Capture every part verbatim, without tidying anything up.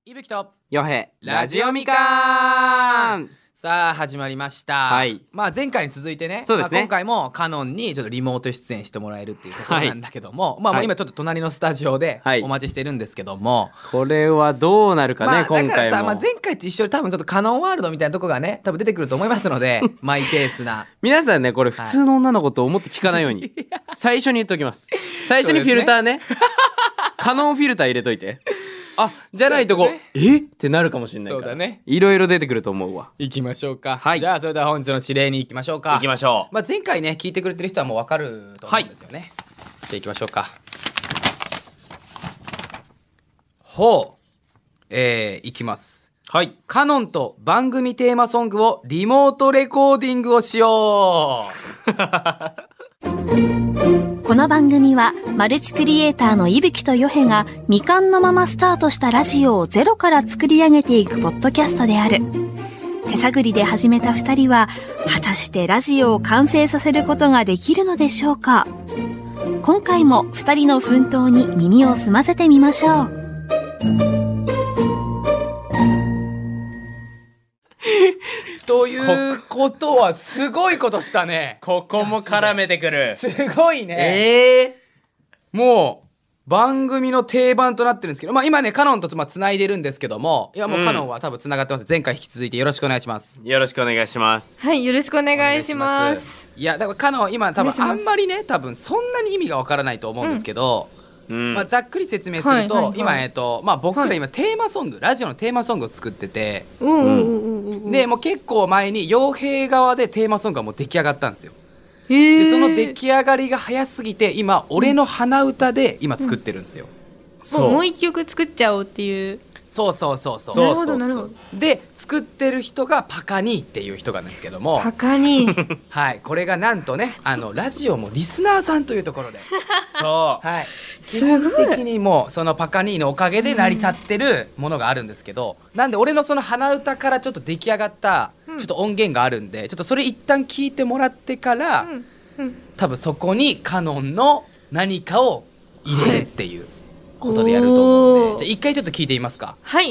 いぶきとよへラジオみかん。さあ始まりました、 はい。 まあ、前回に続いてね、 そうですね、 まあ、今回もカノンにちょっとリモート出演してもらえるっていうところなんだけども、はい、まあ、もう今ちょっと隣のスタジオでお待ちしてるんですけども、はい、 これはどうなるかね、まあ、今回もだからさ、まあ、前回と一緒に多分ちょっとカノンワールドみたいなとこがね多分出てくると思いますのでマイペースな皆さんねこれ普通の女の子と思って聞かないように、はい、最初に言っておきます。最初にフィルター ね, ねカノンフィルター入れといてあ、じゃないとこ、ね、えってなるかもしれないから。そうだね。いろいろ出てくると思うわ。 行きましょうか。はい。じゃあそれでは本日の指令に行きましょうか。 行きましょう。 まあ前回ね聞いてくれてる人はもうわかると思うんですよね。はい、じゃあ行きましょうか。ほう。えー、行きます。はい。カノンと番組テーマソングをリモートレコーディングをしよう。この番組はマルチクリエイターのいぶきとよへが未完のままスタートしたラジオをゼロから作り上げていくポッドキャストである。手探りで始めた二人は果たしてラジオを完成させることができるのでしょうか。今回も二人の奮闘に耳を澄ませてみましょう。 ということはすごいことしたね。 ここも絡めてくる。 すごいね。 えー、もう番組の定番となってるんですけど、まあ、今ねカノンとつないでるんですけども、いやもうカノンは多分つながってます、うん、前回引き続いてよろしくお願いします。 よろしくお願いします。 はい、よろしくお願いします。 いやだからカノン今多分あんまりね多分そんなに意味がわからないと思うんですけど、うんまあ、ざっくり説明すると、はいはいはい、今、えーとまあ、僕ら今テーマソング、はい、ラジオのテーマソングを作ってて、うん、でもう結構前に傭兵側でテーマソングがもう出来上がったんですよ。でその出来上がりが早すぎて今俺の鼻歌で今作ってるんですよ、 うん、そうもう一曲作っちゃおうっていう。 そうそうそうそう。 なるほどなるほど。 で作ってる人がパカニーっていう人がなんですけども、 パカニーはいこれがなんとねあのラジオもリスナーさんというところでそう、 はい、基本的にもうそのパカニーのおかげで成り立ってるものがあるんですけど、うん、なんで俺のその鼻歌からちょっと出来上がったちょっと音源があるんで、ちょっとそれ一旦聞いてもらってから、うんうん、多分そこにカノンの何かを入れるっていうことでやると思うんで、じゃあ一回ちょっと聞いてみますか。 はい。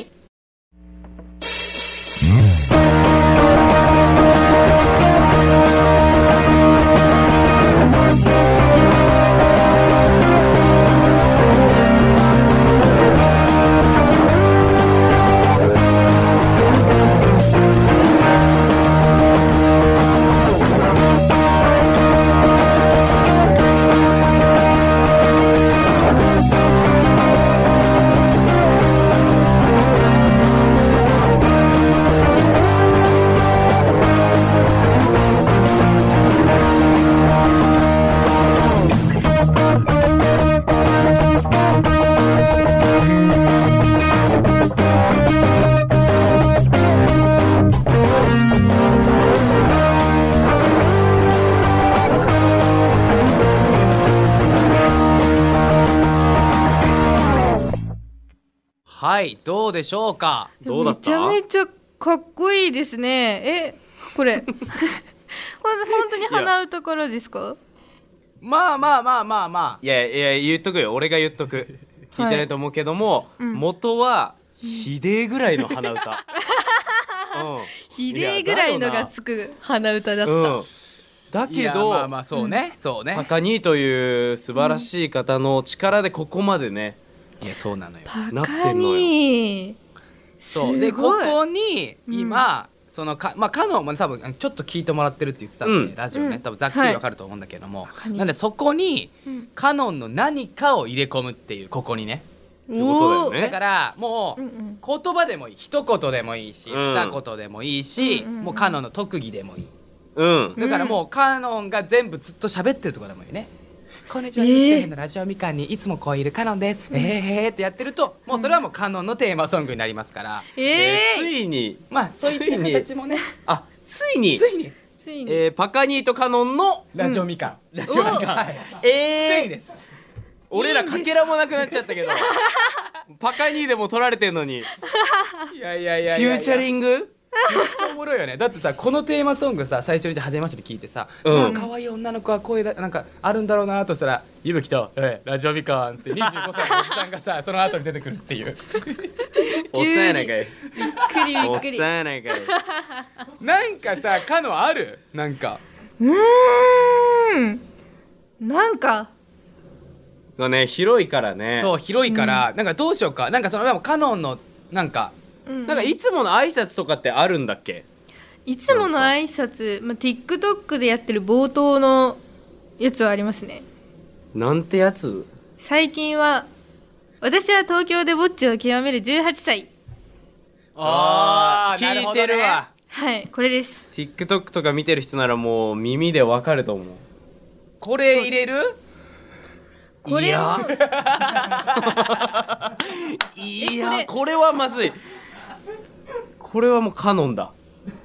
はいどうでしょうか。 どうだった？ めちゃめちゃかっこいいですね。えこれ本当に鼻歌からですか？ まあまあまあまあまあいやいや言っとくよ、俺が言っとく。聞いてないと思うけども、はいうん、元はひでえぐらいの鼻歌、うん、 ひでえぐらいのがつく鼻歌だった、 うん、だけどまあまあそうね、うん、そうねパカニーという素晴らしい方の力でここまでね、 いやそうなのよ、 パカニーそうでここに今、うん、そのかまあカノンも多分ちょっと聞いてもらってるって言ってたんで、うん、ラジオね多分ざっくりわかると思うんだけども、はい、なんでそこに、うん、カノンの何かを入れ込むっていうここにねってことだよね。 だからもう、うんうん、言葉でもいい、一言でもいいし、うん、二言でもいいし、うんうんうん、もうカノンの特技でもいい、うん、だからもうカノンが全部ずっと喋ってるところでもいいね。こんにちは、えー、のラジオみかんにいつもこういるカノンです、うん、えー、えーってやってるともうそれはもうカノンのテーマソングになりますから、 えーえー、ついにまあそういった形もねあついについについに、 えー、パカニーとカノンのラジオみかん、 うん、ラジオみかん、はい、 えー、ついにです。 俺らかけらもなくなっちゃったけどパカニーでも取られてんのにいやいやいやいやフューチャリングめっちゃおもろいよね。だってさこのテーマソングさ最初に初めましてで聞いてさ、うん、可愛い女の子は声だなんかあるんだろうなとしたらいぶきと、えー、ラジオみかんってにじゅうごさいのおじさんがさその後に出てくるっていうおっさんやないかい。 びっくりびおっっくり。 さんやないかい。 なんかさカノンあるなんかうーんなんかがね広いからね。 そう広いから、うん、なんかどうしようかなんかそのでもカノンのなんか、 うん、なんかいつもの挨拶とかってあるんだっけ？ いつもの挨拶、まあ、TikTok でやってる冒頭のやつはありますね。 なんてやつ？ 最近は私は東京でぼっちを極めるじゅうはっさい。 あー聞いてるわ、 ね、はいこれです。 TikTok とか見てる人ならもう耳でわかると思う。 これ入れる？ これいやいやこれ、これはまずい。これはもうカノンだ。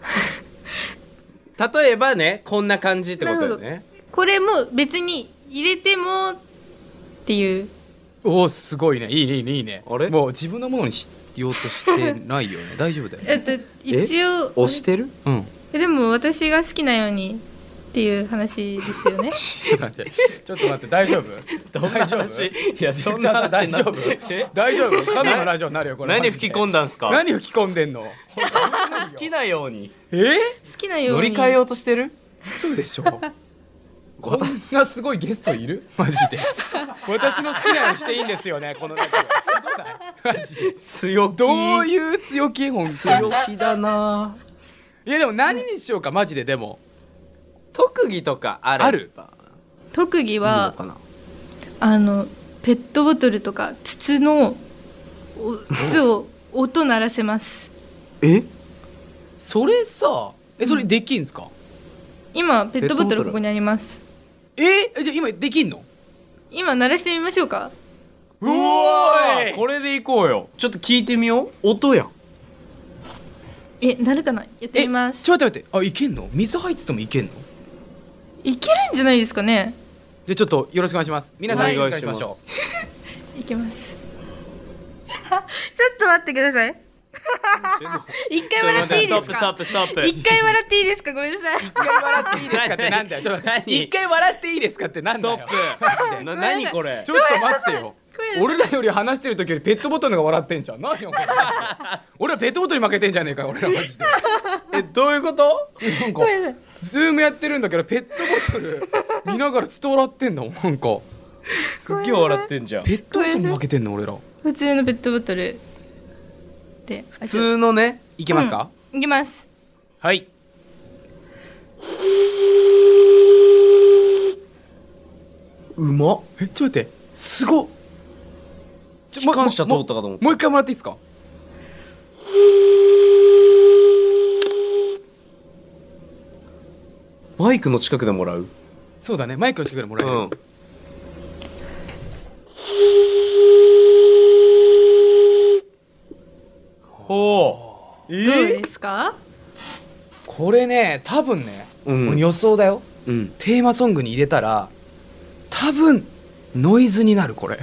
例えばねこんな感じってことよね。 これも別に入れてもっていう。 おーすごいねいいねいいねいいね。 あれもう自分のものにしようとしてないよね大丈夫だよ、ね、 えっと一応押してる？ うん。 でも私が好きなようにっていう話ですよね。 ちょっと待ってちょっと待って大丈夫？ どんな話？いやそんな話大丈夫？大丈夫？カノンのラジオになるよこれ。 何吹き込んだんすか？ 何吹き込んでんの？ 好きなように。 えー？ 好きなように乗り換えようとしてる？ そうでしょ。こんなすごいゲストいる？マジで。私の好きなようにしていいんですよねこのラジオ。すごない？マジで。 強気。 どういう強気本強気だな。 いやでも何にしようかマジででも。 特技とかある？ ある？ 特技はあのペットボトルとか筒の筒を音鳴らせます。 え？それさえそれできんすか？ 今ペットボトルここにあります。 えじゃあ今できんの？ 今鳴らしてみましょうか。 うおーいこれでいこうよ。ちょっと聞いてみよう。音やん。 え鳴るかなやってみます。 ちょっと待って待ってあいけんの？水入っててもいけんの？ いけるんじゃないですかね。 じゃあちょっとよろしくお願いします。皆さんお願いしましょう。いけます。ちょっと待ってください。一回笑っていいですか？ ストップストップストップ。 一回笑っていいですか？ごめんなさい。 一回笑っていいですかってなんだよ。ちょっと一回笑っていいですかってなんだよ。 ストップ。な何これ？ ちょっと待ってよ。俺らより話してる時よりペットボトルが笑ってんじゃん。何よこれ。俺らペットボトルに負けてんじゃねえか俺らマジで。 えどういうこと？ なんかズームやってるんだけどペットボトル見ながらずっと笑ってんのなんか。 すっげえ笑ってんじゃん。 ペットボトルに負けてんの俺ら。 普通のペットボトルで普通のねいけますか？ いきます。 はい。うまっ。えちょっと待ってすごっ。 機関車通ったかと思った。 もう一回もらっていいですか？ マイクの近くでもらう？ そうだねマイクの近くでもらえる、うん、 ほう、えー、どうですか？ これね多分ね、 うん、 俺予想だよ、うん、テーマソングに入れたら多分ノイズになるこれ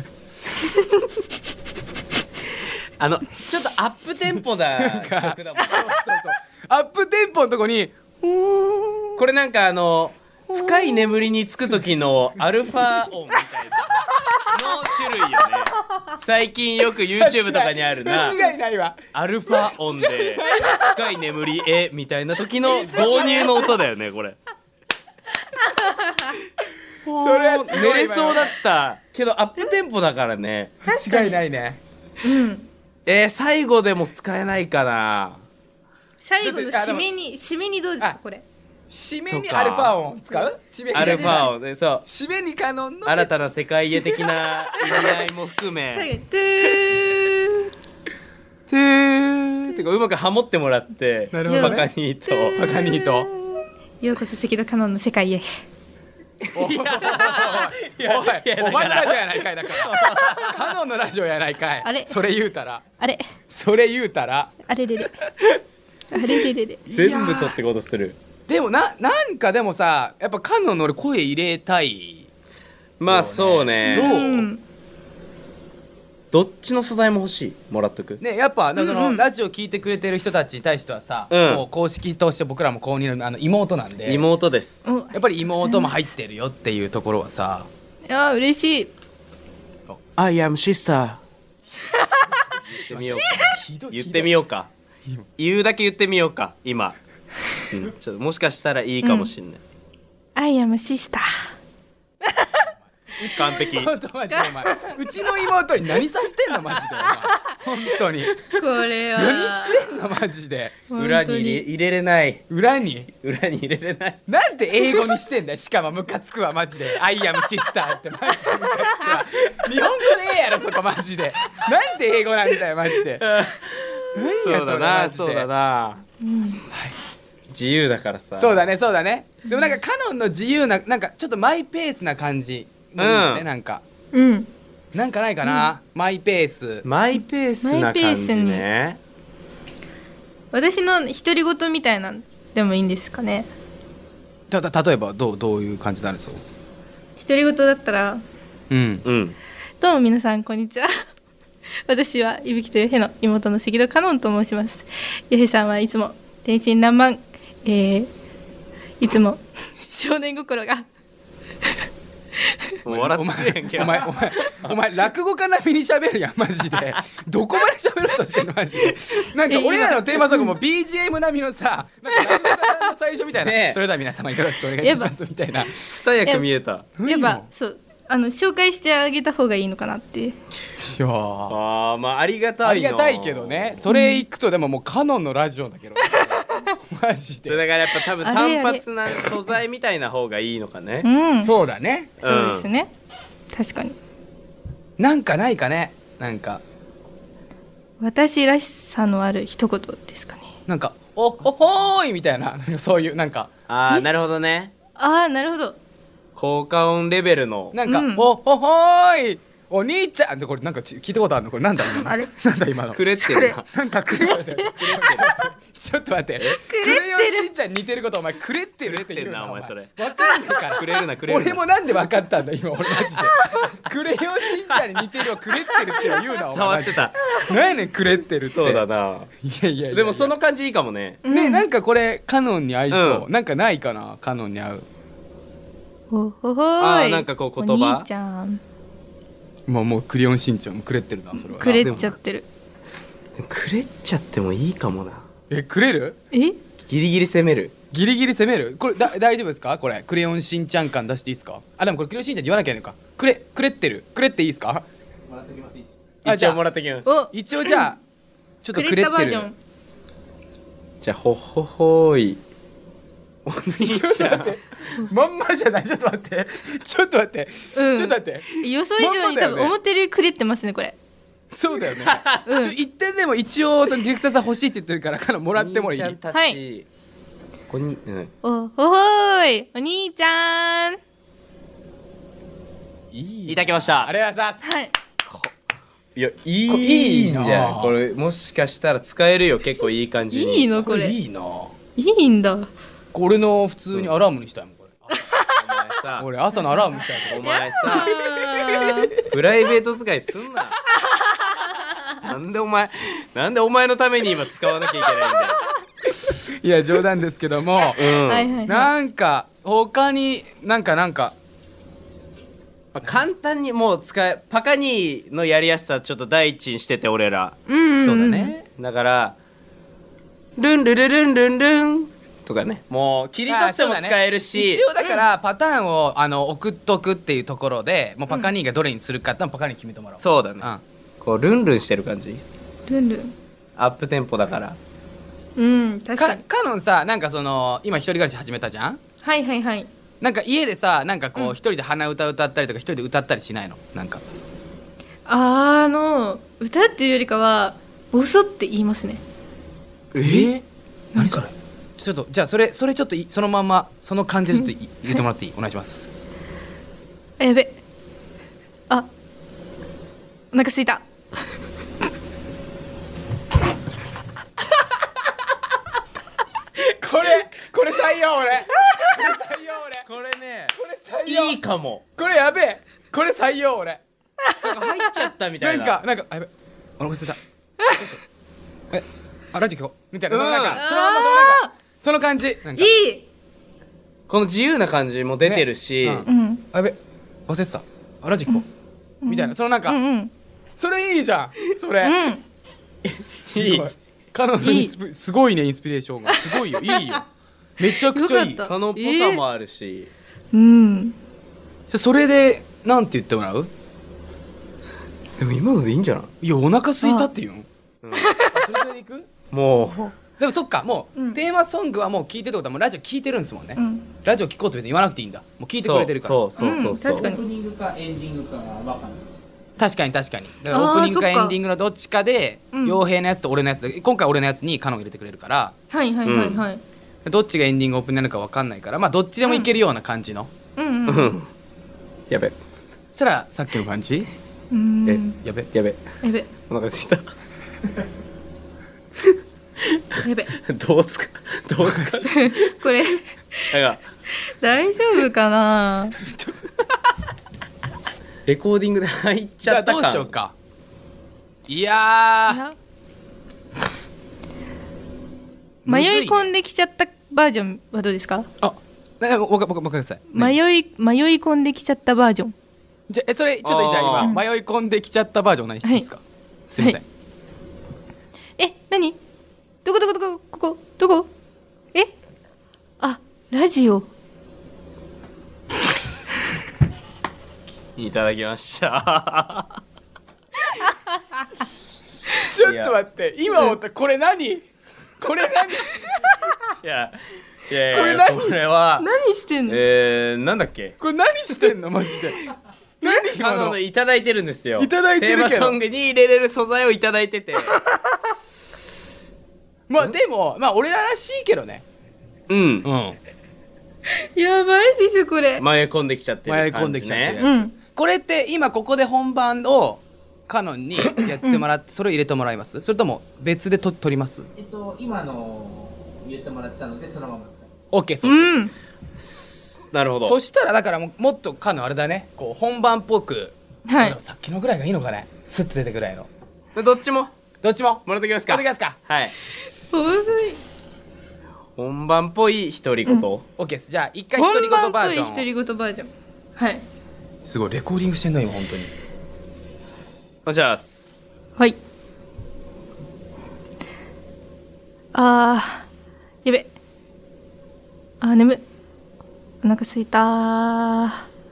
あのちょっとアップテンポだ曲だもん。そうそうアップテンポのとこにこれなんかあの深い眠りにつく時のアルファ音みたいなの種類よね。最近よく YouTube とかにあるな間違いないわアルファ音で深い眠りへみたいな時の導入の音だよねこれ。 それは寝れそうだったけどアップテンポだからね。 間違いないね。 うんえー、最後でも使えないかな。 最後の締めに締めにどうですかこれ？ 締めにアルファ音使う？締めにアルファ音でそう締めにカノンの新たな世界へ的な意味合いも含め最後にトゥートゥーってかうまくハモってもらってなるほど、ね、 バカニーとバカニーとようこそ赤道カノンの世界へ。 おいおいおいお前のラジオやないかいだからカノンのラジオやないかい。 あれそれ言うたらあれそれ言うたらあれれれあれれれれ全部取ってことする。 でもななんかでもさやっぱカノンの俺声入れたい、ね、 まあそうねどう、 うん、 どっちの素材も欲しいもらっとくねやっぱその、うんうん、ラジオ聞いてくれてる人たちに対してはさ、うん、もう公式として僕らも公認のあの妹なんで妹です、 やっぱり妹も入ってるよっていうところはさいや嬉しい。 I am sister ってみようか言ってみようか言うだけ言ってみようか今、うん、ちょっともしかしたらいいかもしれない、うん、 I am sister 完璧マジでお前うちの妹に何さしてんのマジで本当にこれは何してんのマジで裏に入れ、入れれない裏に裏に入れれないなんで英語にしてんだよしかもムカつくわマジで I am sister ってマジでムカつくわ日本語でええやろそこマジでなんで英語なんだよマジでそうだなそうだな、うんはい、自由だからさそうだねそうだねでもなんかカノンの自由ななんかちょっとマイペースな感じうんね、なんか、 うん、 なんかないかな、うん、マイペースマイペースな感じね私の独り言みたいなんでもいいんですかねただ例えばどうどういう感じなんですか独り言だったらうんうんどうも皆さんこんにちは私はいぶきとよへの妹の関戸カノンと申します。よへさんはいつも天真爛漫、えー、いつも少年心が笑ってるやんけお前お前お前落語家並みに喋るやんマジでどこまで喋ろうとしてんのマジでなんか俺らのテーマソングも ビージーエム 並みのさなんか落語家さんの最初みたいな、ね、それでは皆様よろしくお願いしますみたいな二役見えたやっぱそうあの紹介してあげた方がいいのかなっていやあまあありがたいありがたいけどねそれいくとでももうカノンのラジオだけどマジでだからやっぱ多分単発な素材みたいな方がいいのかねうん、 そうだねそうですね、うん、確かになんかないかねなんか私らしさのある一言ですかねなんかおおほーいみたいなそういうなんかああなるほどねああなるほど効果音レベルのなんか、うん、おほほーいお兄ちゃんってこれなんか聞いたことあるのこれなんだ今のあれなんだ今のくれってるななんかくれってるちょっと待ってクレヨンしんちゃんに似てることお前くれってるって言うなお前それ分かんねえからくれるなくれるな俺もなんで分かったんだ今俺マジでクレヨンしんちゃんに似てるをくれってるって言うな伝わってた何やねんくれってるってそうだないやいやいやでもその感じいいかもねねなんかこれカノンに合いそう、うん、なんかないかなカノンに合うほほほーいあなんかこう言葉お兄ちゃんもうもうクレヨンしんちゃんもくれってるなそれはくれっちゃってるくれっちゃってもいいかもなえくれるえギリギリ攻めるギリギリ攻めるこれだ大丈夫ですかこれクレヨンしんちゃん感出していいですかあでもこれクレヨンしんちゃんって言わなきゃいけないのかくれくれってるくれっていいですかもらってきますあ一応もらってきます一応じゃあちょっとくれってるじゃあほほほーいお兄ちゃんまんまじゃないちょっと待ってちょっと待って、うん、ちょっと待って予想以上に多分思ってるよりくれってますねこれそうだよね、うん、ちょ一点でも一応そのディレクターさん欲しいって言ってるからからもらってもいいはいこに、うん、 おほほーいお兄ちゃんいいいただきましたありがとうございます、 はい、 いやいいんじゃんこれもしかしたら使えるよ結構いい感じにいいのこれいいないいんだ俺の普通にアラームにしたいもんこれお前さ俺朝のアラームにしたいお前さプライベート使いすんななんでお前なんでお前のために今使わなきゃいけないんだよいや冗談ですけども、うん、 はいはいはい、 なんか他になんかなんかまあ、簡単にもう使えパカニーのやりやすさちょっと第一にしてて俺ら、 うんうんうん、 そうだねだからルンルルルンルンルンとかねもう切り取っても使えるし、 ね、一応だからパターンを、うん、あの送っとくっていうところでもうパカニーがどれにするかってのをパカニー決めてもらおうそうだね、うん、こうルンルンしてる感じルンルンアップテンポだからうん確かにかカノンさなんかその今一人暮らし始めたじゃんはいはいはいなんか家でさなんかこう、うん、一人で鼻歌歌ったりとか一人で歌ったりしないのなんかあの歌っていうよりかはボソって言いますねえー、何それちょっとじゃあそれそれちょっとそのままその感じでちょっと言ってもらっていい、はい、お願いしますあやべあお腹すいたこれこれ採用俺これ採用俺これねこれ採用いいかもこれやべえこれ採用俺なんか入っちゃったみたいななんかなんかあやべお腹すいたえあラジオ聞こうみたいな、うん、そのなんかそのままそのなんかその感じなんかいいこの自由な感じも出てるし、ねうん、あやべ忘れてたあラジオ聞こう、うん、みたいなそのなんか、うんうん、それいいじゃんそれ、うん、 すごいカノンのインスピすごいねインスピレーションがすごいよいいよめちゃくちゃいいよかったカノンっぽさもあるし、 えー、うんじゃそれでなんて言ってもらう？ でも今のでいいんじゃない？ いやお腹空いたっていうの、うん、あそれぐらいでいく？ もうでもそっかもう、うん、テーマソングはもう聞いてるってことはもうラジオ聞いてるんですもんね、うん、ラジオ聞こうと別に言わなくていいんだもう聞いてくれてるからそうそうそうそう、 うん、確かにオープニングかエンディングかは分かんない確かに確かにだからオープニングかエンディングのどっちかで傭兵のやつと俺のやつで今回俺のやつにカノン入れてくれるからはいはいはいはい、 うん、どっちがエンディングオープニングなのか分かんないからまあどっちでもいけるような感じのうんうんうん、うん、 やべそしたらさっきの感じうんえやべやべやべお腹すいたやべどうつかどうつかこれ大丈夫かなレコーディングで入っちゃったかどうしようかいや迷い込んできちゃったバージョンはどうですか？ あえもう一回ください迷い迷い込んできちゃったバージョンじゃえそれちょっとじゃあ今迷い込んできちゃったバージョン何ですか、はい、すいません、はい、 え何どこどこどこここどこえあラジオいただきましたちょっと待って今思ったこれ何これ何いやいやいやこれ何これは何してんのえー、なんだっけこれ何してんのマジで何今のいただいてるんですよいただいてるけどテーマソングに入れれる素材をいただいててまあでもまあ俺ららしいけどねうんうんやばいでしょこれ迷い込んできちゃってる感じね迷い込んできちゃってるやつ、うん、これって今ここで本番をカノンにやってもらって、うん、それを入れてもらいますそれとも別でと撮りますえっと今の言ってもらったのでそのまま OK そうです、 うん、なるほどそしたらだからももっとカノンあれだねこう本番っぽく、はい、さっきのぐらいがいいのかねスッと出てくらいのどっちもどっちももらってきますかもらってきますかはいむずい本番っぽい独り言、うん、 OK ですじゃあ一回独り言バージョン本番っぽい独り言バージョンはいすごいレコーディングしてんの今本当におじゃあはいあーやべあー眠いお腹すいたー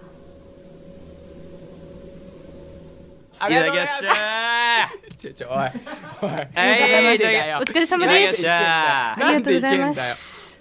ありがとうございますちょちょおいおい、 えー、お疲れ様です。ありがとうございます。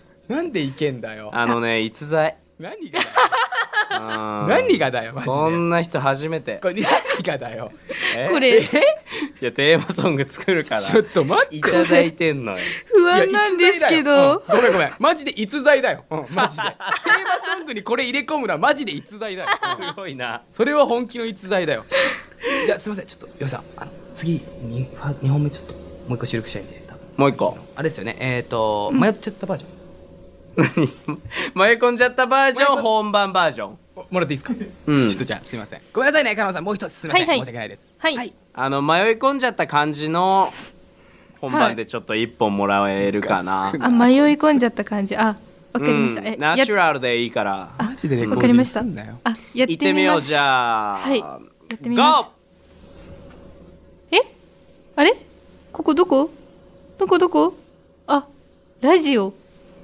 なんでいけんだよ。 あのね逸材。 何がだよ。何がだよマジで。 こんな人初めて。 これ何がだよ。 これ。 いやテーマソング作るから。 ちょっと待って。 いただいてんのよ。 不安なんですけど。 ごめんごめん。マジで逸材だよ。マジで。テーマソングにこれ入れ込むのはマジで逸材だよ。 すごいな。 それは本気の逸材だよ。じゃあすみませんちょっとよいさんあの次ににほんめちょっともう一個収録したいんでもう一個あれですよねえっ、ー、と、うん、迷っちゃったバージョン迷い込んじゃったバージョン本番バージョンもらっていいですか、 うん、 ちょっとじゃあすみませんごめんなさいねカノンさんもう一つすみません、はいはい、申し訳ないですはい、はい、 あの迷い込んじゃった感じの本番でちょっと一本もらえるかな、はい、 あ迷い込んじゃった感じあわかりました、うん、えナチュラルでいいからマジでレコーディングすんだよあやってみます行ってみようじゃあはいやってみますえあれここどこどこどこあラジオ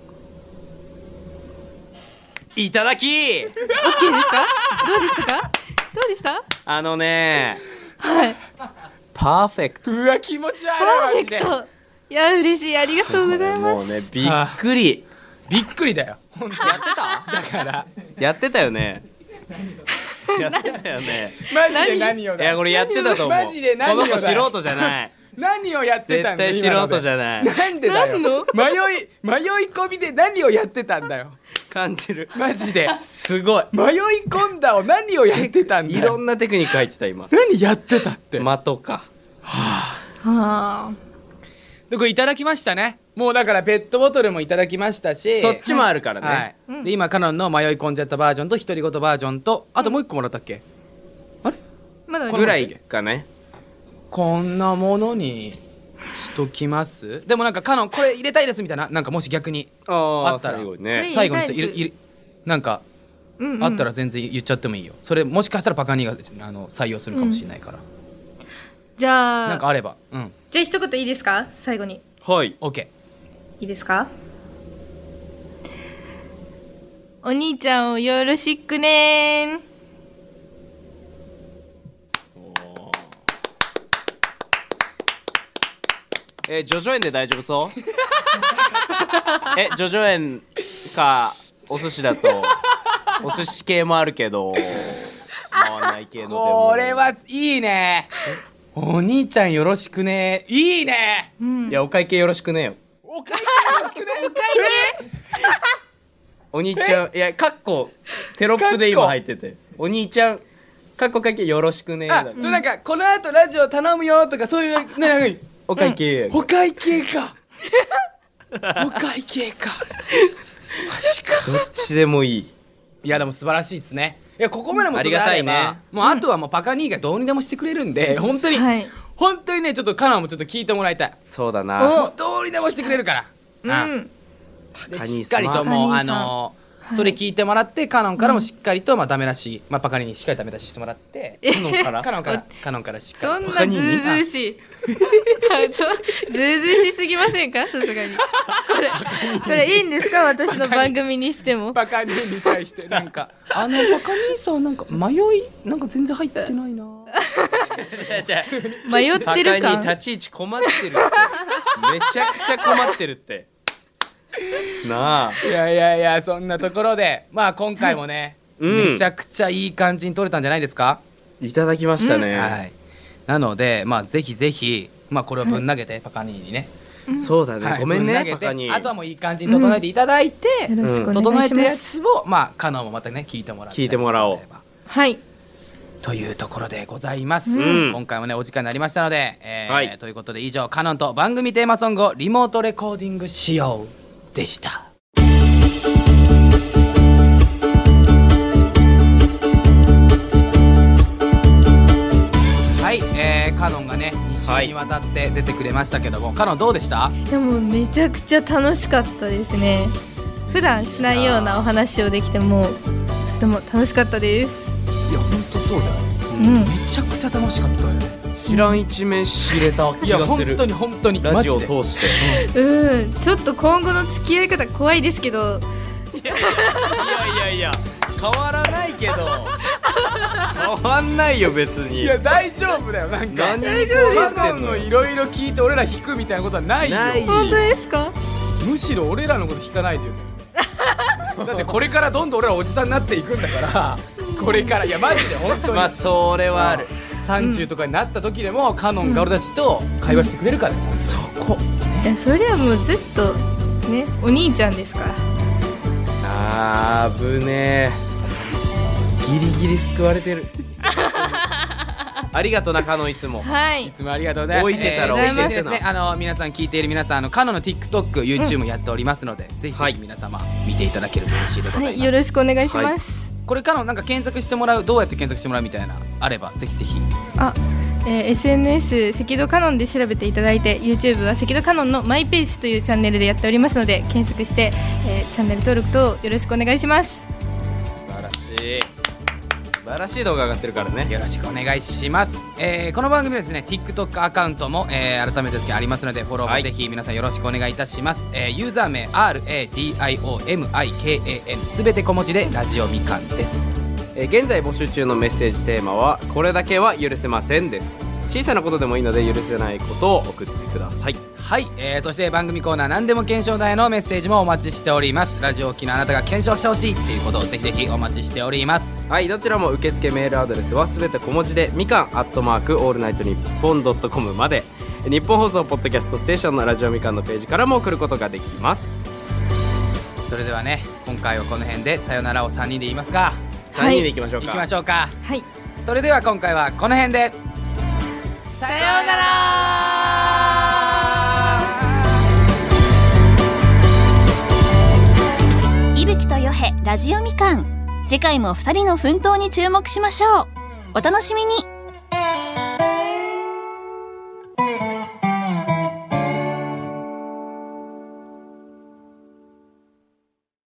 いただき OK ですかどうでしたかどうでしたあのねはいパーフェクトうわ気持ち悪いマジでパーフェクトいや嬉しいありがとうございますもうねびっくりびっくりだよやってただからやってたよねやってたよねマジで何をだいやこれやってたと思うマジで何をだこの子素人じゃない何をやってたんだよ絶対素人じゃないなんでだよ迷い迷い込みで何をやってたんだよ感じるマジですごい迷い込んだを何をやってたんだよいろんなテクニック入ってた今何やってたって的かはあはあでこれいただきましたねもうだからペットボトルもいただきましたしそっちもあるからね、はいはい、で今カノンの迷い込んじゃったバージョンと独り言バージョンとあともう一個もらったっけ、うん、あれまだぐらいかねこんなものにしときますでもなんかカノンこれ入れたいですみたいななんかもし逆にあったら最後にね最後に入れ入れなんか、うんうん、あったら全然言っちゃってもいいよそれもしかしたらパカニがあの採用するかもしれないから、うん、 じゃあなんかあればうんじゃあ一言いいですか、最後に。 はい、 OK。 いいですか。お兄ちゃんをよろしくねー。 えー、ジョジョ園で大丈夫そうえ、ジョジョ園かお寿司だとお寿司系もあるけど回らない系のでも。 これはいいね。お兄ちゃんよろしくね。いいね、 うん、いやお会計よろしくねよ。 お会計よろしくねお会計お兄ちゃん、いやカッコテロップで今入ってて、お兄ちゃんカッコ会計よろしくね。 あ、それなんかこの後ラジオ頼むよとかそういうね、 お会計、 うん、お会計かお会計かマジか。 どっちでもいい。 いやでも素晴らしいですね。いやここまでもそれあれば、ありがたいね。もうあとはもうパカ兄がどうにでもしてくれるんで、うん、本当に、はい、本当にねちょっとカナもちょっと聞いてもらいたい。 そうだな、 もうどうにでもしてくれるから、 うん、 でしっかりともうあのーそれ聞いてもらってカノンからもしっかりとまあダメ出し、まあパカリにしっかりダメ出ししてもらって、カノンからカノンからカノンからしっかり。 そんなズーズーしいズーズーしすぎませんか、さすがに。これこれいいんですか、私の番組にしても。 パカリに対してなんかあのパカ兄さんなんか迷いなんか全然入ってないな。 迷ってるか。 パカに立ち位置困ってるって。めちゃくちゃ困ってるって。なあ。 いやいやいや、そんなところでまあ今回もね、うん、めちゃくちゃいい感じに撮れたんじゃないですか。 いただきましたね、 うん、はい。なのでまあぜひぜひまあこれをぶん投げて、はい、パカニーにね、 うん、そうだね、はい、ごめんねパカニー。あとはもういい感じに整えていただいて、 うん、よろしくお願いします。 整えたやつをまあカノンもまたね聞いてもらって聞いてもらおう。 はいというところでございます、うん、今回もねお時間になりましたので、えーはい、ということで以上カノンと番組テーマソングをリモートレコーディングしようでした。はい、えー、カノンがねに週にわたって出てくれましたけども、はい、カノンどうでした？ でもめちゃくちゃ楽しかったですね。普段しないようなお話をできてもとても楽しかったです。 いや本当そうだよ、うん、めちゃくちゃ楽しかったよね。 知らん一面知れた気がする。いや本当に本当にラジオを通して、 うん、ちょっと今後の付き合い方怖いですけど。 いやいやいやいや変わらないけど変わんないよ別に。 いや大丈夫だよ。なんか大丈夫ですか。のいろいろ聞いて俺ら引くみたいなことはないよ。 ない。 本当ですか。 むしろ俺らのこと引かないでよ。だってこれからどんどん俺らおじさんになっていくんだからこれから。いやマジで本当にまあそれはある。 さんじゅうとかになった時でも、うん、カノンが俺たちと会話してくれるから、ね、うん、そこ、 ね、いやそれはもうずっとねお兄ちゃんですから。 あーぶねーギリギリ救われてるありがとうなカノンいつも、 はい、 いつもありがとうございます。 置いてたら教えてですね、あの皆さん聞いている皆さんあのカノンの TikTok、YouTube もやっておりますので、うん、ぜひぜひ皆様見ていただけると嬉しいでございます、はい、 よろしくお願いします、 はい。これカノンなんか検索してもらう、どうやって検索してもらうみたいなあればぜひぜひ。 あ、えー、エスエヌエス 赤道カノンで調べていただいて YouTube は赤道カノンのマイページというチャンネルでやっておりますので検索して、えー、チャンネル登録等よろしくお願いします。 素晴らしい素晴らしい動画上がってるからね、 よろしくお願いします、えー、この番組はですね TikTok アカウントも、えー、改めてですけどありますのでフォローもぜひ皆さんよろしくお願いいたします、はい。えー、ユーザー名 アールエーディーアイオーエムアイケーエーエヌ すべて小文字でラジオみかんです。 えー、現在募集中のメッセージテーマはこれだけは許せませんです。小さなことでもいいので許せないことを送ってください。 はい、えー、そして番組コーナー何でも検証台のメッセージもお待ちしております。ラジオを機のあなたが検証してほしいっていうことをぜひぜひお待ちしております。 はい、どちらも受付メールアドレスはすべて小文字でみかんアットマークオールナイトニッポンドットコムまで。日本放送ポッドキャストステーションのラジオみかんのページからも送ることができます。 それではね今回はこの辺でさよならをさんにんで言いますか。 さんにんでいきましょうか。 いきましょうか。 はい、 それでは今回はこの辺でさようなら。 伊吹とよへラジオみかん、次回もふたりの奮闘に注目しましょう。お楽しみに。